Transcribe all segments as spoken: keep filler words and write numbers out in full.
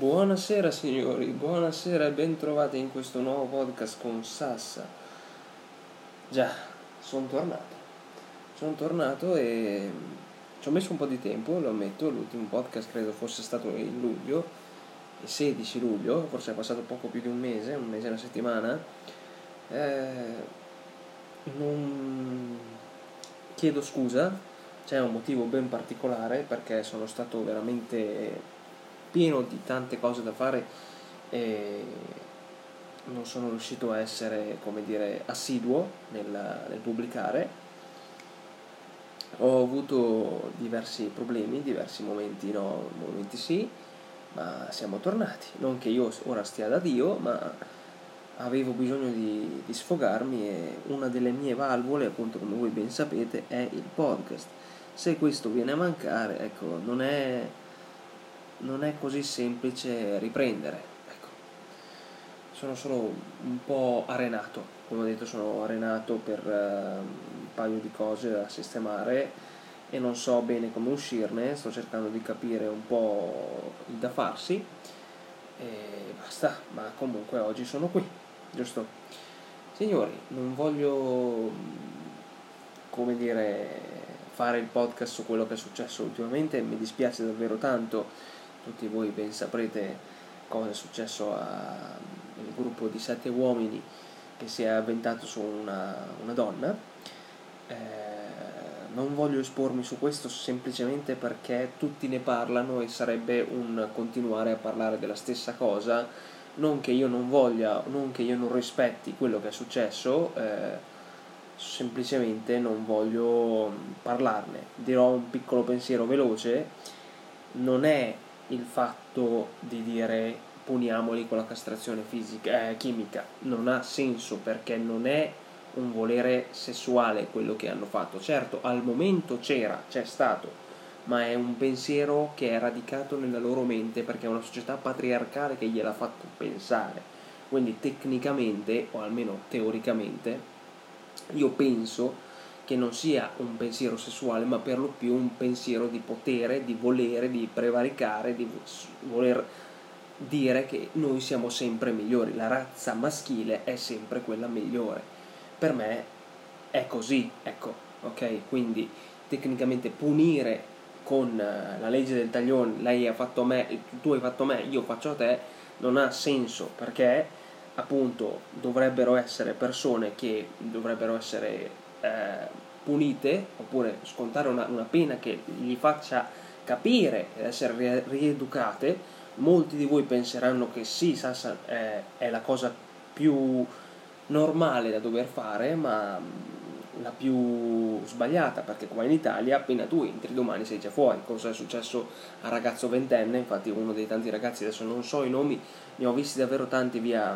Buonasera signori, buonasera e bentrovati in questo nuovo podcast con Sassa. Già, sono tornato. Sono tornato e ci ho messo un po' di tempo, lo ammetto. L'ultimo podcast credo fosse stato in luglio, il sedici luglio, forse è passato poco più di un mese, un mese e una settimana. Eh, non chiedo scusa, c'è un motivo ben particolare perché sono stato veramente pieno di tante cose da fare e non sono riuscito a essere, come dire, assiduo nel, nel pubblicare. Ho avuto diversi problemi, diversi momenti no, momenti sì, ma siamo tornati. Non che io ora stia da Dio, ma avevo bisogno di, di sfogarmi e una delle mie valvole, appunto come voi ben sapete, è il podcast. Se questo viene a mancare, ecco, non è... non è così semplice riprendere, ecco. Sono solo un po' arenato, come ho detto sono arenato per uh, un paio di cose da sistemare e non so bene come uscirne, sto cercando di capire un po' il da farsi e basta, ma comunque oggi sono qui, giusto? Signori, non voglio, come dire, fare il podcast su quello che è successo ultimamente, mi dispiace davvero tanto. Tutti voi ben saprete cosa è successo al gruppo di sette uomini che si è avventato su una, una donna. Eh, non voglio espormi su questo semplicemente perché tutti ne parlano e sarebbe un continuare a parlare della stessa cosa, non che io non voglia, non che io non rispetti quello che è successo, eh, semplicemente non voglio parlarne. Dirò un piccolo pensiero veloce: non è il fatto di dire puniamoli con la castrazione fisica, eh, chimica, non ha senso perché non è un volere sessuale quello che hanno fatto. Certo, al momento c'era, c'è stato, ma è un pensiero che è radicato nella loro mente perché è una società patriarcale che gliel'ha fatto pensare. Quindi tecnicamente, o almeno teoricamente, io penso che non sia un pensiero sessuale, ma per lo più un pensiero di potere, di volere, di prevaricare, di voler dire che noi siamo sempre migliori, la razza maschile è sempre quella migliore. Per me è così, ecco, ok? Quindi tecnicamente punire con la legge del taglione, lei ha fatto a me, tu hai fatto a me, io faccio a te, non ha senso, perché appunto dovrebbero essere persone che dovrebbero essere eh, punite, oppure scontare una, una pena che gli faccia capire ed essere rieducate. Molti di voi penseranno che sì, Sassa è, è la cosa più normale da dover fare, ma la più sbagliata, perché qua in Italia appena tu entri domani sei già fuori. Cosa è successo al ragazzo ventenne? Infatti uno dei tanti ragazzi, adesso non so i nomi, ne ho visti davvero tanti via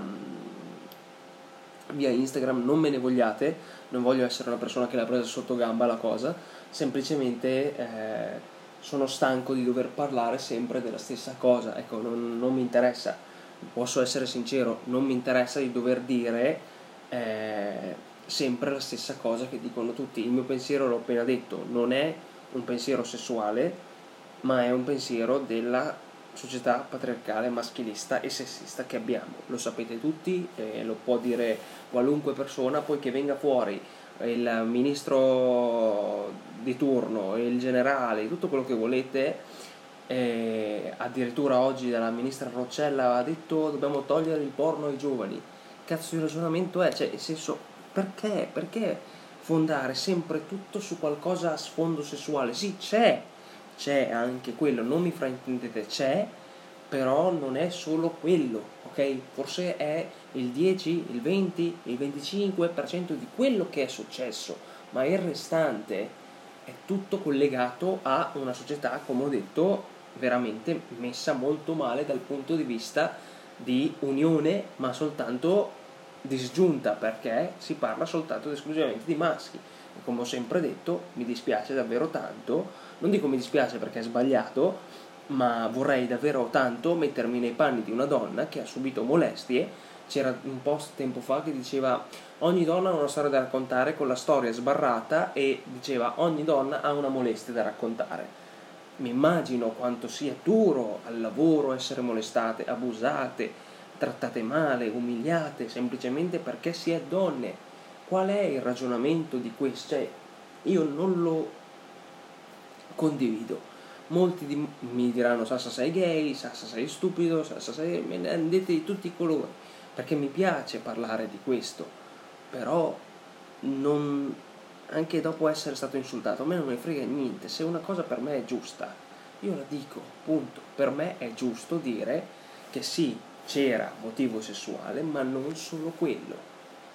via Instagram, non me ne vogliate, non voglio essere una persona che l'ha presa sotto gamba la cosa, semplicemente eh, sono stanco di dover parlare sempre della stessa cosa, ecco, non, non mi interessa, posso essere sincero, non mi interessa di dover dire eh, sempre la stessa cosa che dicono tutti. Il mio pensiero, l'ho appena detto, non è un pensiero sessuale, ma è un pensiero della società patriarcale, maschilista e sessista che abbiamo. Lo sapete tutti, eh, lo può dire qualunque persona, poi che venga fuori il ministro di turno, il generale, tutto quello che volete. Eh, addirittura oggi dalla ministra Roccella ha detto dobbiamo togliere il porno ai giovani. Cazzo di ragionamento è? Cioè, nel senso, perché? Perché fondare sempre tutto su qualcosa a sfondo sessuale? Sì, c'è, c'è anche quello, non mi fraintendete, c'è, però non è solo quello, ok? Forse è il dieci, il venti, il venticinque per cento di quello che è successo, ma il restante è tutto collegato a una società, come ho detto, veramente messa molto male dal punto di vista di unione, ma soltanto disgiunta, perché si parla soltanto ed esclusivamente di maschi. E come ho sempre detto, mi dispiace davvero tanto, non dico mi dispiace perché è sbagliato, ma vorrei davvero tanto mettermi nei panni di una donna che ha subito molestie. C'era un post tempo fa che diceva ogni donna ha una storia da raccontare, con la storia sbarrata, e diceva ogni donna ha una molestia da raccontare. mi immagino quanto sia duro al lavoro essere molestate, abusate, trattate male, umiliate, semplicemente perché si è donne. Qual è il ragionamento di questo? Cioè, io non lo condivido. Molti di, mi diranno: Sassa sei gay, Sassa sei stupido, Sassa sei... me ne andate di tutti i colori, perché mi piace parlare di questo, però non, anche dopo essere stato insultato, a me non me ne frega niente. Se una cosa per me è giusta, io la dico, punto. Per me è giusto dire che sì, c'era motivo sessuale, ma non solo quello.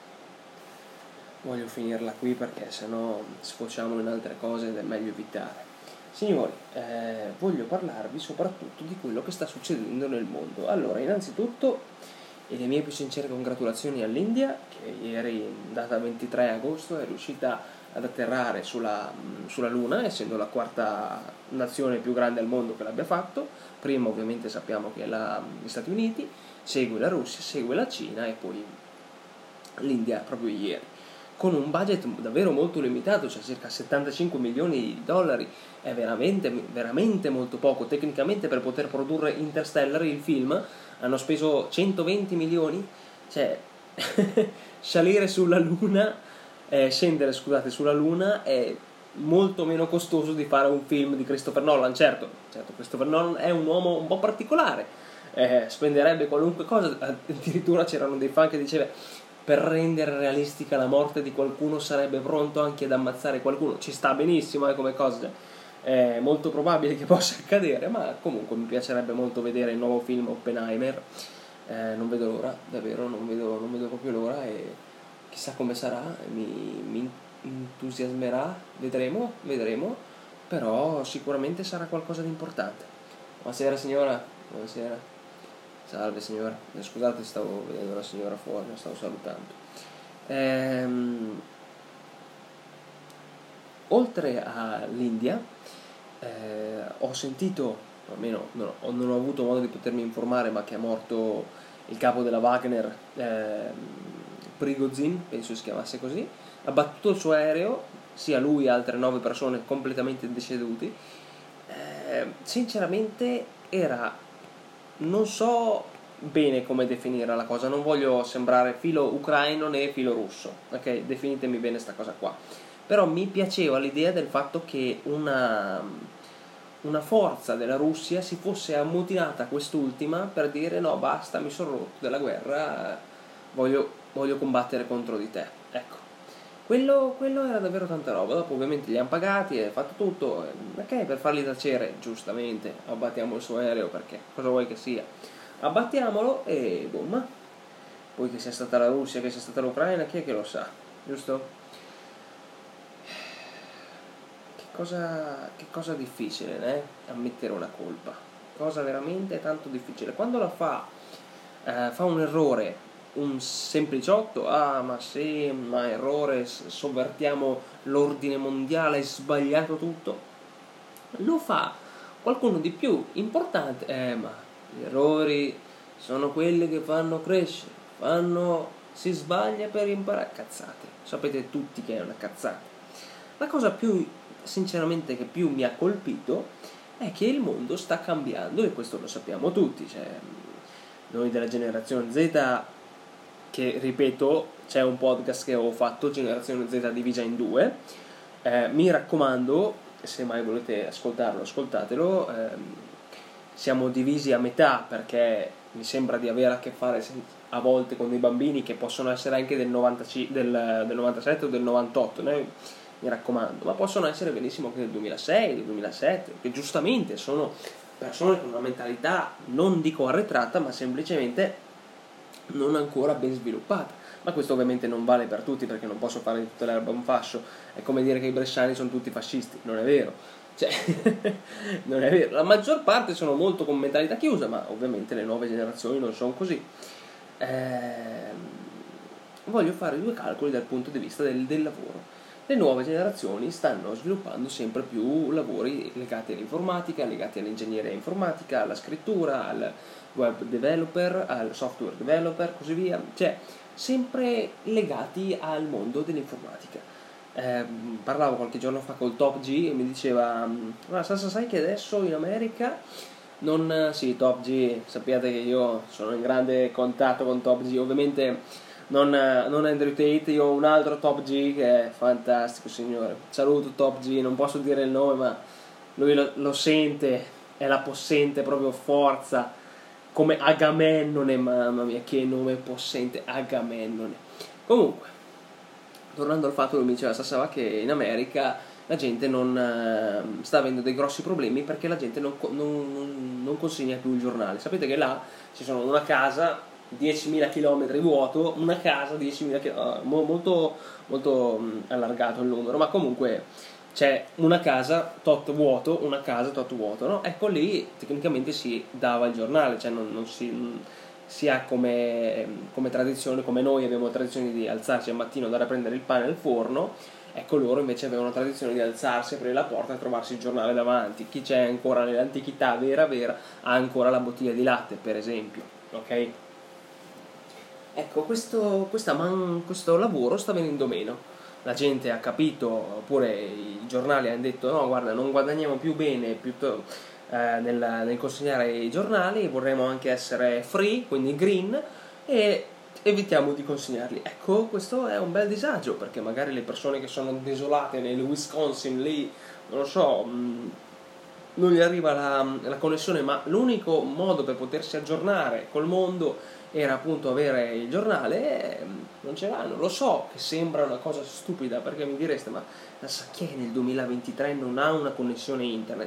Voglio finirla qui perché sennò sfociamo in altre cose ed è meglio evitare. Signori, eh, voglio parlarvi soprattutto di quello che sta succedendo nel mondo. Allora, innanzitutto, e le mie più sincere congratulazioni all'India, che ieri, in data ventitré agosto, è riuscita ad atterrare sulla, sulla Luna, essendo la quarta nazione più grande al mondo che l'abbia fatto. Prima ovviamente sappiamo che è la, gli Stati Uniti, segue la Russia, segue la Cina e poi l'India proprio ieri, con un budget davvero molto limitato, cioè circa settantacinque milioni di dollari. È veramente, veramente molto poco. Tecnicamente, per poter produrre Interstellar, il film, hanno speso centoventi milioni, cioè salire sulla Luna, eh, scendere scusate sulla Luna è molto meno costoso di fare un film di Christopher Nolan. Certo, certo Christopher Nolan è un uomo un po' particolare, eh, spenderebbe qualunque cosa. Addirittura c'erano dei fan che dicevano: per rendere realistica la morte di qualcuno sarebbe pronto anche ad ammazzare qualcuno. Ci sta benissimo eh, come cosa, è molto probabile che possa accadere, ma comunque mi piacerebbe molto vedere il nuovo film Oppenheimer. Eh, non vedo l'ora, davvero non vedo, non vedo proprio l'ora, e chissà come sarà, mi, mi entusiasmerà, vedremo, vedremo, però sicuramente sarà qualcosa di importante. Buonasera signora, buonasera. Salve signora, eh, scusate, stavo vedendo la signora fuori, la stavo salutando. Ehm, oltre all'India, eh, ho sentito, almeno non ho, non ho avuto modo di potermi informare, ma che è morto il capo della Wagner, eh, Prigozhin, penso si chiamasse così, ha battuto il suo aereo, sia lui e altre nove persone completamente deceduti. Eh, sinceramente era... non so bene come definire la cosa, non voglio sembrare filo ucraino né filo russo, ok? Definitemi bene sta cosa qua. Però mi piaceva l'idea del fatto che una, una forza della Russia si fosse ammutinata quest'ultima per dire: no, basta, mi sono rotto della guerra, voglio, voglio combattere contro di te. Ecco, quello, quello era davvero tanta roba. Dopo ovviamente li hanno pagati e fatto tutto, ok, per farli tacere, giustamente, abbattiamo il suo aereo, perché cosa vuoi che sia, abbattiamolo e boom. Poi che sia stata la Russia, che sia stata l'Ucraina, chi è che lo sa, giusto? Che cosa, che cosa difficile, eh? Ammettere una colpa, cosa veramente tanto difficile. Quando la fa, eh, fa un errore, un sempliciotto, ah ma sì, ma errore, sovvertiamo l'ordine mondiale, è sbagliato tutto, lo fa qualcuno di più importante, eh ma gli errori sono quelli che fanno crescere, fanno, si sbaglia per imparare, cazzate, sapete tutti che è una cazzata. La cosa più, sinceramente, che più mi ha colpito è che il mondo sta cambiando, e questo lo sappiamo tutti, cioè, noi della generazione Z, che ripeto, c'è un podcast che ho fatto, Generazione Z divisa in due, eh, mi raccomando, se mai volete ascoltarlo, ascoltatelo. ehm, siamo divisi a metà, perché mi sembra di avere a che fare a volte con dei bambini che possono essere anche del, novantacinque, del, del novantasette o del novantotto, né? Mi raccomando, ma possono essere benissimo anche del duemilasei, del duemilasette, che giustamente sono persone con una mentalità, non dico arretrata, ma semplicemente non ancora ben sviluppata. Ma questo ovviamente non vale per tutti, perché non posso fare di tutta l'erba un fascio. È come dire che i bresciani sono tutti fascisti, non è vero, cioè non è vero, la maggior parte sono molto con mentalità chiusa, ma ovviamente le nuove generazioni non sono così. Ehm, voglio fare due calcoli dal punto di vista del, del lavoro. Le nuove generazioni stanno sviluppando sempre più lavori legati all'informatica, legati all'ingegneria informatica, alla scrittura, al web developer, al software developer, così via, cioè sempre legati al mondo dell'informatica. eh, parlavo qualche giorno fa col Top G e mi diceva: ma Sassa, sai che adesso in America non... Sì, Top G, sappiate che io sono in grande contatto con Top G, ovviamente non, non Andrew Tate, io ho un altro Top G che è fantastico, signore. Saluto Top G, non posso dire il nome, ma lui lo, lo sente, è la possente proprio forza, come Agamennone, mamma mia che nome possente, Agamennone. Comunque, tornando al fatto che mi diceva Sassava che in America la gente non uh, sta avendo dei grossi problemi perché la gente non, non, non consegna più il giornale. Sapete che là ci sono una casa, diecimila chilometri vuoto, una casa, diecimila chilometri, molto, molto um, allargato il numero, ma comunque c'è una casa tot vuoto, una casa tot vuoto, no? Ecco, lì tecnicamente si dava il giornale, cioè non, non si... Non, si ha come, come tradizione, come noi abbiamo la tradizione di alzarci al mattino, andare a prendere il pane al forno, ecco loro invece avevano la tradizione di alzarsi, aprire la porta e trovarsi il giornale davanti. Chi c'è ancora nell'antichità vera vera ha ancora la bottiglia di latte, per esempio, ok? Ecco, questo, questa man, questo lavoro sta venendo meno. La gente ha capito, oppure i giornali hanno detto no, guarda, non guadagniamo più bene piuttosto eh, nel, nel consegnare i giornali, vorremmo anche essere free, quindi green, e evitiamo di consegnarli. Ecco, questo è un bel disagio, perché magari le persone che sono desolate nel Wisconsin, lì, non lo so, mh, non gli arriva la, la connessione, ma l'unico modo per potersi aggiornare col mondo era appunto avere il giornale, e non ce l'hanno. Lo so che sembra una cosa stupida, perché mi direste ma sa chi è nel duemilaventitré non ha una connessione internet?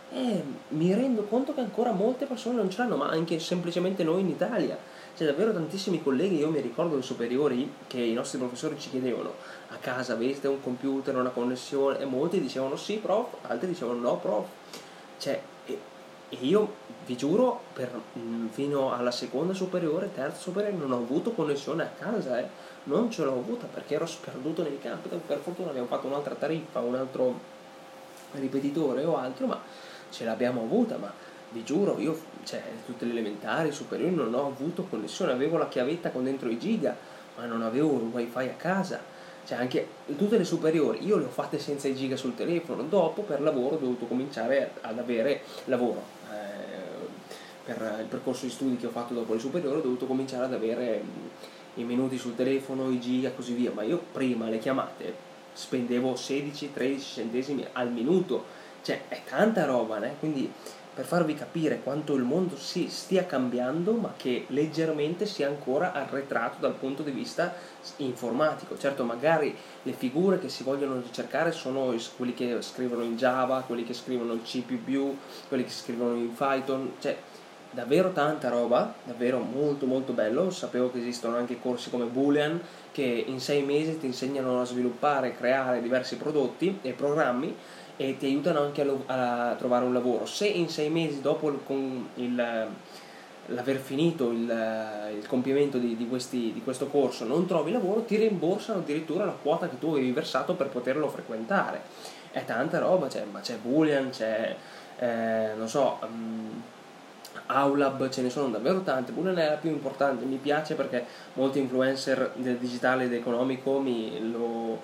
E mi rendo conto che ancora molte persone non ce l'hanno, ma anche semplicemente noi in Italia. C'è davvero tantissimi colleghi, io mi ricordo ai superiori che i nostri professori ci chiedevano: a casa avete un computer, una connessione? E molti dicevano sì prof, altri dicevano no prof. Cioè, e io vi giuro, per, fino alla seconda superiore, terza superiore, non ho avuto connessione a casa, eh. Non ce l'ho avuta perché ero sperduto nei campi. Per fortuna abbiamo fatto un'altra tariffa, un altro ripetitore o altro, ma ce l'abbiamo avuta. Ma vi giuro, io, cioè, tutte le elementari, superiori, non ho avuto connessione. Avevo la chiavetta con dentro i giga, ma non avevo il wifi a casa. Cioè, anche tutte le superiori io le ho fatte senza i giga sul telefono. Dopo, per lavoro, ho dovuto cominciare ad avere lavoro, eh, per il percorso di studi che ho fatto dopo le superiori ho dovuto cominciare ad avere i minuti sul telefono, i giga, così via. Ma io prima le chiamate spendevo sedici tredici centesimi al minuto, cioè è tanta roba, né? Quindi, per farvi capire quanto il mondo si stia cambiando, ma che leggermente sia ancora arretrato dal punto di vista informatico. Certo, magari le figure che si vogliono ricercare sono quelli che scrivono in Java, quelli che scrivono il C più più, quelli che scrivono in Python, cioè davvero tanta roba, davvero molto molto bello. Sapevo che esistono anche corsi come Boolean che in sei mesi ti insegnano a sviluppare, creare diversi prodotti e programmi e ti aiutano anche a, a trovare un lavoro. Se in sei mesi dopo il, con il, l'aver finito il, il compimento di, di, questi, di questo corso non trovi lavoro, ti rimborsano addirittura la quota che tu avevi versato per poterlo frequentare. È tanta roba, c'è, ma c'è Boolean, c'è eh, non so, um, Aulab, ce ne sono davvero tante. Boolean è la più importante, mi piace perché molti influencer del digitale ed economico mi lo,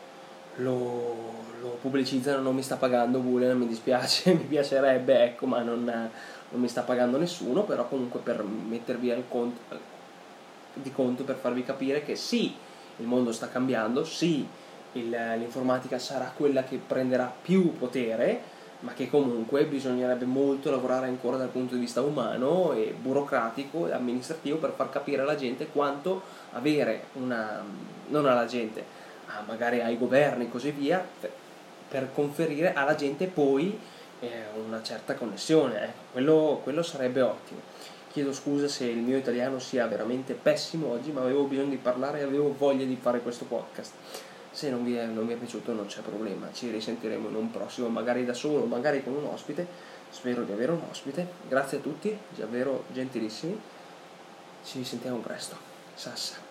lo, lo pubblicizzano. Non mi sta pagando Boolean, mi dispiace, mi piacerebbe, ecco, ma non, non mi sta pagando nessuno, però comunque per mettervi al conto, di conto, per farvi capire che sì, il mondo sta cambiando, sì, il, l'informatica sarà quella che prenderà più potere, ma che comunque bisognerebbe molto lavorare ancora dal punto di vista umano e burocratico e amministrativo per far capire alla gente quanto avere una, non alla gente, ah, magari ai governi e così via, per, per conferire alla gente poi eh, una certa connessione, eh. quello, quello sarebbe ottimo. Chiedo scusa se il mio italiano sia veramente pessimo oggi, ma avevo bisogno di parlare e avevo voglia di fare questo podcast. Se non vi, è, non vi è piaciuto non c'è problema, ci risentiremo in un prossimo, magari da solo, magari con un ospite. Spero di avere un ospite. Grazie a tutti, davvero gentilissimi. Ci sentiamo presto. Sassa.